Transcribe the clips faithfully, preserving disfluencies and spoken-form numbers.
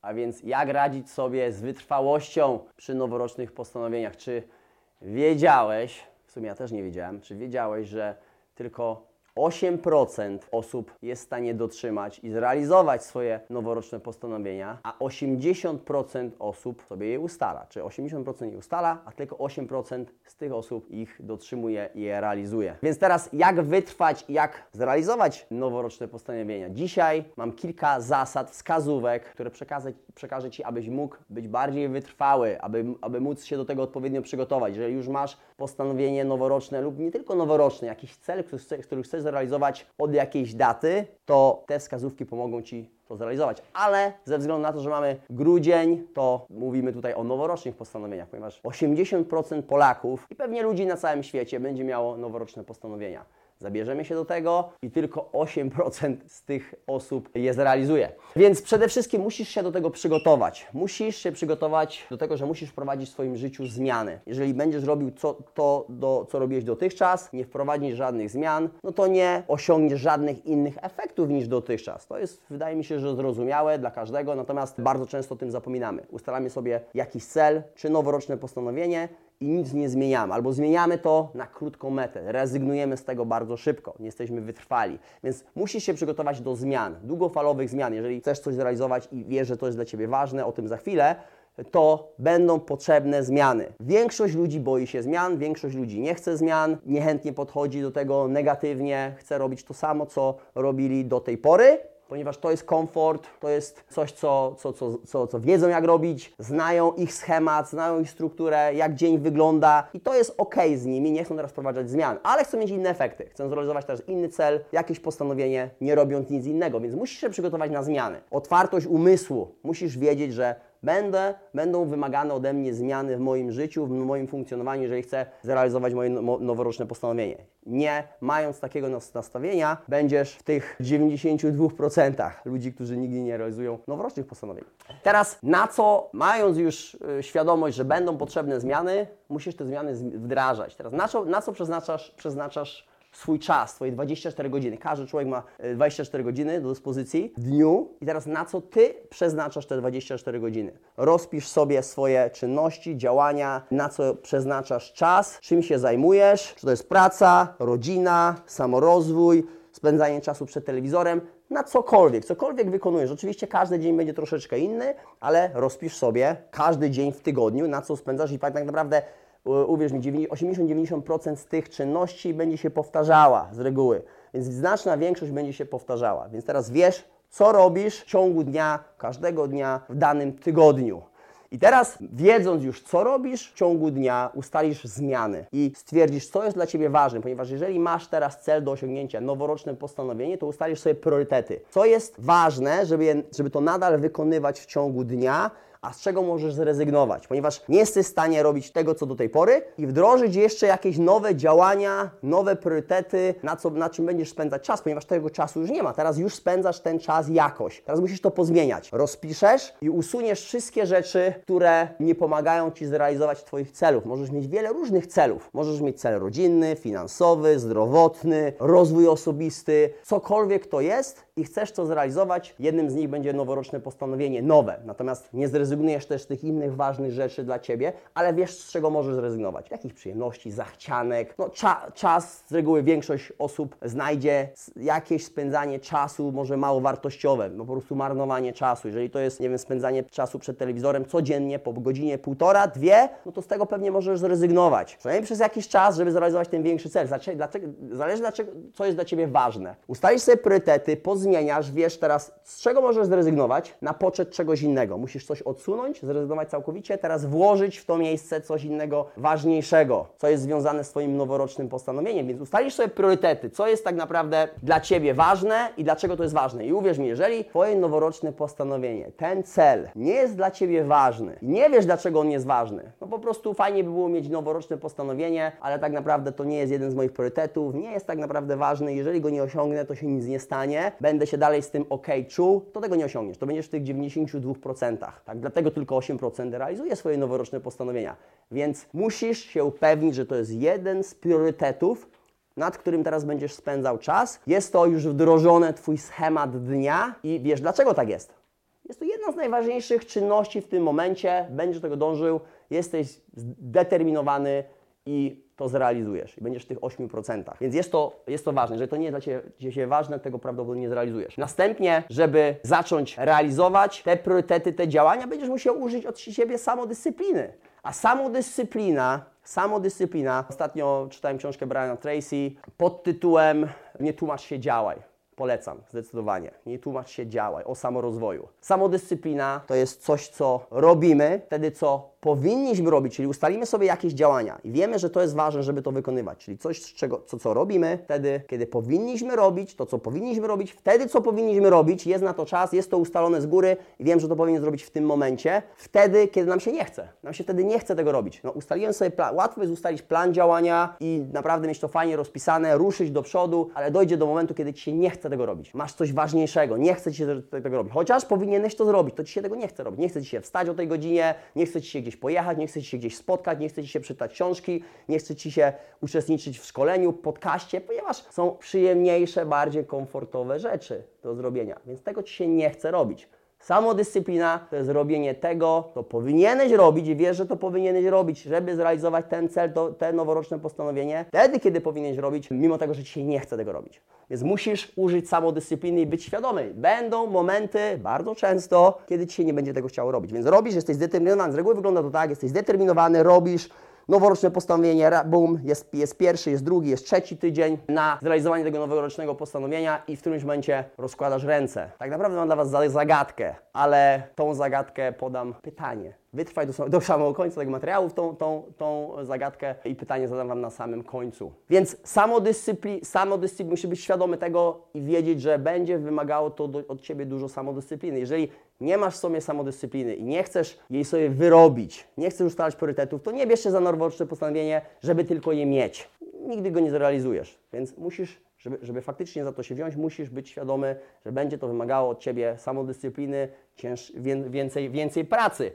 A więc jak radzić sobie z wytrwałością przy noworocznych postanowieniach? Czy wiedziałeś, w sumie ja też nie wiedziałem, czy wiedziałeś, że tylko osiem procent osób jest w stanie dotrzymać i zrealizować swoje noworoczne postanowienia, a osiemdziesiąt procent osób sobie je ustala. Czy osiemdziesiąt procent je ustala, a tylko osiem procent z tych osób ich dotrzymuje i je realizuje. Więc teraz jak wytrwać i jak zrealizować noworoczne postanowienia? Dzisiaj mam kilka zasad, wskazówek, które przekazać, przekażę Ci, abyś mógł być bardziej wytrwały, aby, aby móc się do tego odpowiednio przygotować. Jeżeli już masz postanowienie noworoczne lub nie tylko noworoczne, jakiś cel, który, który chcesz zrealizować od jakiejś daty, to te wskazówki pomogą Ci to zrealizować. Ale ze względu na to, że mamy grudzień, to mówimy tutaj o noworocznych postanowieniach, ponieważ osiemdziesiąt procent Polaków i pewnie ludzi na całym świecie będzie miało noworoczne postanowienia. Zabierzemy się do tego i tylko osiem procent z tych osób je zrealizuje. Więc przede wszystkim musisz się do tego przygotować. Musisz się przygotować do tego, że musisz wprowadzić w swoim życiu zmiany. Jeżeli będziesz robił co, to, do, co robiłeś dotychczas, nie wprowadzisz żadnych zmian, no to nie osiągniesz żadnych innych efektów niż dotychczas. To jest, wydaje mi się, że zrozumiałe dla każdego, natomiast bardzo często o tym zapominamy. Ustalamy sobie jakiś cel czy noworoczne postanowienie i nic nie zmieniamy, albo zmieniamy to na krótką metę, rezygnujemy z tego bardzo szybko, nie jesteśmy wytrwali. Więc musisz się przygotować do zmian, długofalowych zmian. Jeżeli chcesz coś zrealizować i wiesz, że to jest dla Ciebie ważne, o tym za chwilę, to będą potrzebne zmiany. Większość ludzi boi się zmian, większość ludzi nie chce zmian, niechętnie podchodzi do tego negatywnie, chce robić to samo, co robili do tej pory, ponieważ to jest komfort, to jest coś, co, co, co, co, co wiedzą jak robić, znają ich schemat, znają ich strukturę, jak dzień wygląda i to jest ok z nimi, nie chcą teraz wprowadzać zmian, ale chcą mieć inne efekty, chcą zrealizować też inny cel, jakieś postanowienie, nie robiąc nic innego, więc musisz się przygotować na zmiany. Otwartość umysłu, musisz wiedzieć, że Będę, będą wymagane ode mnie zmiany w moim życiu, w moim funkcjonowaniu, jeżeli chcę zrealizować moje noworoczne postanowienie. Nie mając takiego nastawienia, będziesz w tych dziewięćdziesięciu dwóch procentach ludzi, którzy nigdy nie realizują noworocznych postanowień. Teraz na co, mając już świadomość, że będą potrzebne zmiany, musisz te zmiany wdrażać. Teraz na co, na co przeznaczasz, przeznaczasz swój czas, swoje dwadzieścia cztery godziny. Każdy człowiek ma dwadzieścia cztery godziny do dyspozycji w dniu i teraz na co Ty przeznaczasz te dwadzieścia cztery godziny? Rozpisz sobie swoje czynności, działania, na co przeznaczasz czas, czym się zajmujesz, czy to jest praca, rodzina, samorozwój, spędzanie czasu przed telewizorem, na cokolwiek, cokolwiek wykonujesz. Oczywiście każdy dzień będzie troszeczkę inny, ale rozpisz sobie każdy dzień w tygodniu, na co spędzasz i tak naprawdę uwierz mi, osiemdziesiąt do dziewięćdziesięciu procent z tych czynności będzie się powtarzała z reguły, więc znaczna większość będzie się powtarzała. Więc teraz wiesz, co robisz w ciągu dnia, każdego dnia w danym tygodniu. I teraz, wiedząc już, co robisz w ciągu dnia, ustalisz zmiany i stwierdzisz, co jest dla Ciebie ważne, ponieważ jeżeli masz teraz cel do osiągnięcia, noworoczne postanowienie, to ustalisz sobie priorytety. Co jest ważne, żeby, je, żeby to nadal wykonywać w ciągu dnia, a z czego możesz zrezygnować, ponieważ nie jesteś w stanie robić tego, co do tej pory i wdrożyć jeszcze jakieś nowe działania, nowe priorytety, na, co, na czym będziesz spędzać czas, ponieważ tego czasu już nie ma. Teraz już spędzasz ten czas jakoś. Teraz musisz to pozmieniać. Rozpiszesz i usuniesz wszystkie rzeczy, które nie pomagają Ci zrealizować Twoich celów. Możesz mieć wiele różnych celów. Możesz mieć cel rodzinny, finansowy, zdrowotny, rozwój osobisty, cokolwiek to jest i chcesz to zrealizować. Jednym z nich będzie noworoczne postanowienie, nowe. Natomiast nie zrezygnujesz Zrezygnujesz też z tych innych ważnych rzeczy dla Ciebie, ale wiesz, z czego możesz zrezygnować. Jakich przyjemności, zachcianek. No, cza, czas, z reguły większość osób znajdzie jakieś spędzanie czasu, może mało wartościowe, no po prostu marnowanie czasu. Jeżeli to jest, nie wiem, spędzanie czasu przed telewizorem codziennie po godzinie, półtora, dwie, no to z tego pewnie możesz zrezygnować. Przynajmniej przez jakiś czas, żeby zrealizować ten większy cel. Dlaczego, dlaczego, zależy, dlaczego, co jest dla Ciebie ważne. Ustalisz sobie priorytety, pozmieniasz, wiesz teraz, z czego możesz zrezygnować na poczet czegoś innego. Musisz coś odsunąć, zrezygnować całkowicie, teraz włożyć w to miejsce coś innego ważniejszego, co jest związane z Twoim noworocznym postanowieniem. Więc ustalisz sobie priorytety, co jest tak naprawdę dla Ciebie ważne i dlaczego to jest ważne. I uwierz mi, jeżeli Twoje noworoczne postanowienie, ten cel nie jest dla Ciebie ważny i nie wiesz, dlaczego on jest ważny, no po prostu fajnie by było mieć noworoczne postanowienie, ale tak naprawdę to nie jest jeden z moich priorytetów, nie jest tak naprawdę ważny, jeżeli go nie osiągnę, to się nic nie stanie, będę się dalej z tym ok czuł, to tego nie osiągniesz, to będziesz w tych dziewięćdziesięciu dwóch procentach. Tak? Dlatego tylko osiem procent realizuje swoje noworoczne postanowienia. Więc musisz się upewnić, że to jest jeden z priorytetów, nad którym teraz będziesz spędzał czas. Jest to już wdrożone Twój schemat dnia i wiesz, dlaczego tak jest. Jest to jedna z najważniejszych czynności w tym momencie, będziesz do tego dążył, jesteś zdeterminowany i to zrealizujesz i będziesz w tych ośmiu procentach. Więc jest to, jest to ważne. Jeżeli to nie jest dla Ciebie ważne, tego prawdopodobnie nie zrealizujesz. Następnie, żeby zacząć realizować te priorytety, te działania, będziesz musiał użyć od siebie samodyscypliny. A samodyscyplina, samodyscyplina, ostatnio czytałem książkę Briana Tracy pod tytułem Nie tłumacz się, działaj. Polecam, zdecydowanie. Nie tłumacz się, działaj, o samorozwoju. Samodyscyplina to jest coś, co robimy, wtedy co powinniśmy robić, czyli ustalimy sobie jakieś działania i wiemy, że to jest ważne, żeby to wykonywać, czyli coś, z czego, co, co robimy, wtedy, kiedy powinniśmy robić, to co powinniśmy robić, wtedy co powinniśmy robić, jest na to czas, jest to ustalone z góry i wiem, że to powinien zrobić w tym momencie, wtedy, kiedy nam się nie chce. Nam się wtedy nie chce tego robić. No, ustaliłem sobie plan, łatwo jest ustalić plan działania i naprawdę mieć to fajnie rozpisane, ruszyć do przodu, ale dojdzie do momentu, kiedy Ci się nie chce tego robić. Masz coś ważniejszego, nie chce Ci się tego robić. Chociaż powinieneś to zrobić, to Ci się tego nie chce robić. Nie chce Ci się wstać o tej godzinie, nie chce Ci się gdzieś pojechać, nie chce Ci się gdzieś spotkać, nie chce Ci się przeczytać książki, nie chce Ci się uczestniczyć w szkoleniu, podcaście, ponieważ są przyjemniejsze, bardziej komfortowe rzeczy do zrobienia, więc tego Ci się nie chce robić. Samodyscyplina to jest robienie tego, co powinieneś robić i wiesz, że to powinieneś robić, żeby zrealizować ten cel, to, te noworoczne postanowienie, wtedy, kiedy powinieneś robić, mimo tego, że Ci się nie chce tego robić. Więc musisz użyć samodyscypliny i być świadomy. Będą momenty, bardzo często, kiedy Ci się nie będzie tego chciało robić. Więc robisz, jesteś zdeterminowany. Z reguły wygląda to tak, jesteś zdeterminowany, robisz noworoczne postanowienie, bum, jest, jest pierwszy, jest drugi, jest trzeci tydzień na zrealizowanie tego noworocznego postanowienia i w którymś momencie rozkładasz ręce. Tak naprawdę mam dla Was zagadkę, ale tą zagadkę podam pytanie. Wytrwaj do, do samego końca tego materiału, tą, tą, tą zagadkę i pytanie zadam Wam na samym końcu. Więc samodyscypli, samodyscyplin, musisz być świadomy tego i wiedzieć, że będzie wymagało to do, od Ciebie dużo samodyscypliny. Jeżeli nie masz w sobie samodyscypliny i nie chcesz jej sobie wyrobić, nie chcesz ustalać priorytetów, to nie bierz się za noworoczne postanowienie, żeby tylko je mieć. Nigdy go nie zrealizujesz, więc musisz, żeby, żeby faktycznie za to się wziąć, musisz być świadomy, że będzie to wymagało od Ciebie samodyscypliny, cięż, więcej, więcej pracy.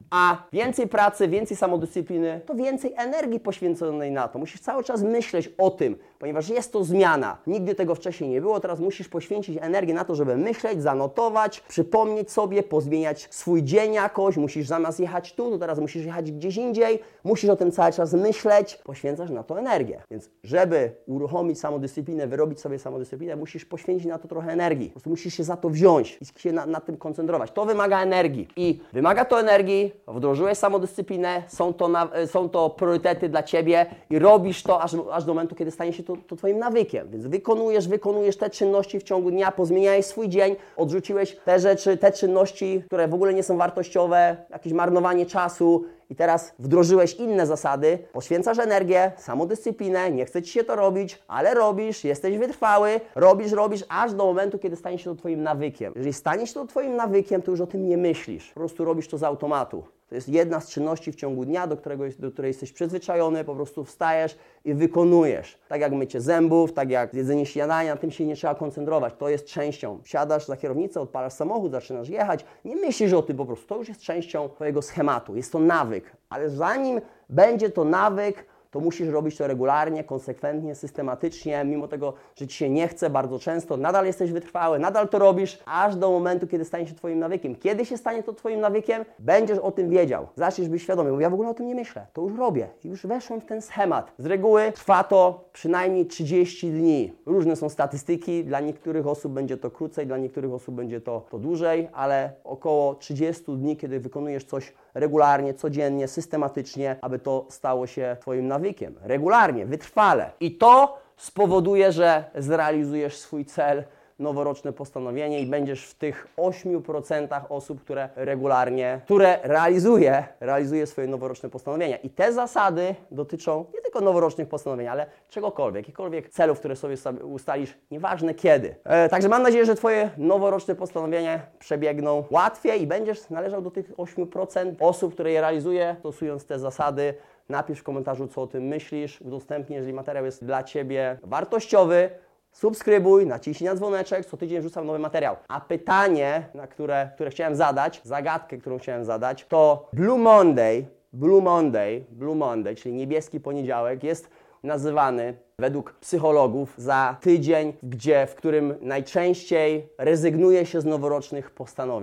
A więcej pracy, więcej samodyscypliny, to więcej energii poświęconej na to. Musisz cały czas myśleć o tym, ponieważ jest to zmiana. Nigdy tego wcześniej nie było, teraz musisz poświęcić energię na to, żeby myśleć, zanotować, przypomnieć sobie, pozmieniać swój dzień jakoś. Musisz zamiast jechać tu, to teraz musisz jechać gdzieś indziej. Musisz o tym cały czas myśleć, poświęcasz na to energię. Więc żeby uruchomić samodyscyplinę, wyrobić sobie samodyscyplinę, musisz poświęcić na to trochę energii. Po prostu musisz się za to wziąć i się na, na tym koncentrować. To wymaga energii i wymaga to energii, wdrożyłeś samodyscyplinę, są to, na, są to priorytety dla Ciebie i robisz to aż, aż do momentu, kiedy stanie się to, to Twoim nawykiem. Więc wykonujesz, wykonujesz te czynności w ciągu dnia, pozmieniałeś swój dzień, odrzuciłeś te rzeczy, te czynności, które w ogóle nie są wartościowe, jakieś marnowanie czasu i teraz wdrożyłeś inne zasady, poświęcasz energię, samodyscyplinę, nie chce Ci się to robić, ale robisz, jesteś wytrwały, robisz, robisz, aż do momentu, kiedy stanie się to Twoim nawykiem. Jeżeli stanie się to Twoim nawykiem, to już o tym nie myślisz, po prostu robisz to z automatu. To jest jedna z czynności w ciągu dnia, do, którego, do której jesteś przyzwyczajony, po prostu wstajesz i wykonujesz. Tak jak mycie zębów, tak jak jedzenie śniadania, na tym się nie trzeba koncentrować. To jest częścią. Siadasz za kierownicę, odpalasz samochód, zaczynasz jechać, nie myślisz o tym po prostu. To już jest częścią Twojego schematu. Jest to nawyk. Ale zanim będzie to nawyk, to musisz robić to regularnie, konsekwentnie, systematycznie, mimo tego, że Ci się nie chce bardzo często, nadal jesteś wytrwały, nadal to robisz, aż do momentu, kiedy stanie się Twoim nawykiem. Kiedy się stanie to Twoim nawykiem, będziesz o tym wiedział. Zaczniesz być świadomy, bo ja w ogóle o tym nie myślę, to już robię, już weszłem w ten schemat. Z reguły trwa to przynajmniej trzydzieści dni. Różne są statystyki, dla niektórych osób będzie to krócej, dla niektórych osób będzie to, to dłużej, ale około trzydzieści dni, kiedy wykonujesz coś regularnie, codziennie, systematycznie, aby to stało się Twoim nawykiem. Regularnie, wytrwale. I to spowoduje, że zrealizujesz swój cel, noworoczne postanowienie i będziesz w tych ośmiu procentach osób, które regularnie, które realizuje, realizuje swoje noworoczne postanowienia. I te zasady dotyczą nie tylko noworocznych postanowień, ale czegokolwiek, jakichkolwiek celów, które sobie ustalisz, nieważne kiedy. E, także mam nadzieję, że Twoje noworoczne postanowienia przebiegną łatwiej i będziesz należał do tych ośmiu procent osób, które je realizuje, stosując te zasady. Napisz w komentarzu, co o tym myślisz, udostępnij, jeżeli materiał jest dla Ciebie wartościowy. Subskrybuj, naciśnij na dzwoneczek, co tydzień wrzucam nowy materiał. A pytanie, na które, które chciałem zadać, zagadkę, którą chciałem zadać, to Blue Monday, Blue Monday, Blue Monday, czyli niebieski poniedziałek, jest nazywany według psychologów za tydzień, gdzie, w którym najczęściej rezygnuje się z noworocznych postanowień.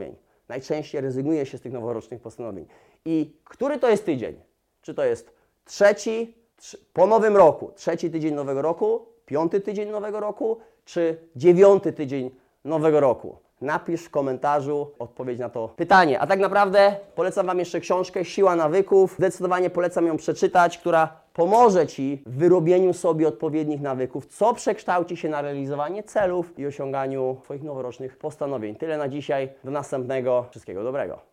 najczęściej rezygnuje się z tych noworocznych postanowień. I który to jest tydzień? Czy to jest trzeci, trzy, po nowym roku, trzeci tydzień nowego roku, piąty tydzień nowego roku, czy dziewiąty tydzień nowego roku? Napisz w komentarzu odpowiedź na to pytanie. A tak naprawdę polecam Wam jeszcze książkę Siła nawyków. Zdecydowanie polecam ją przeczytać, która pomoże Ci w wyrobieniu sobie odpowiednich nawyków, co przekształci się na realizowanie celów i osiąganiu Twoich noworocznych postanowień. Tyle na dzisiaj. Do następnego. Wszystkiego dobrego.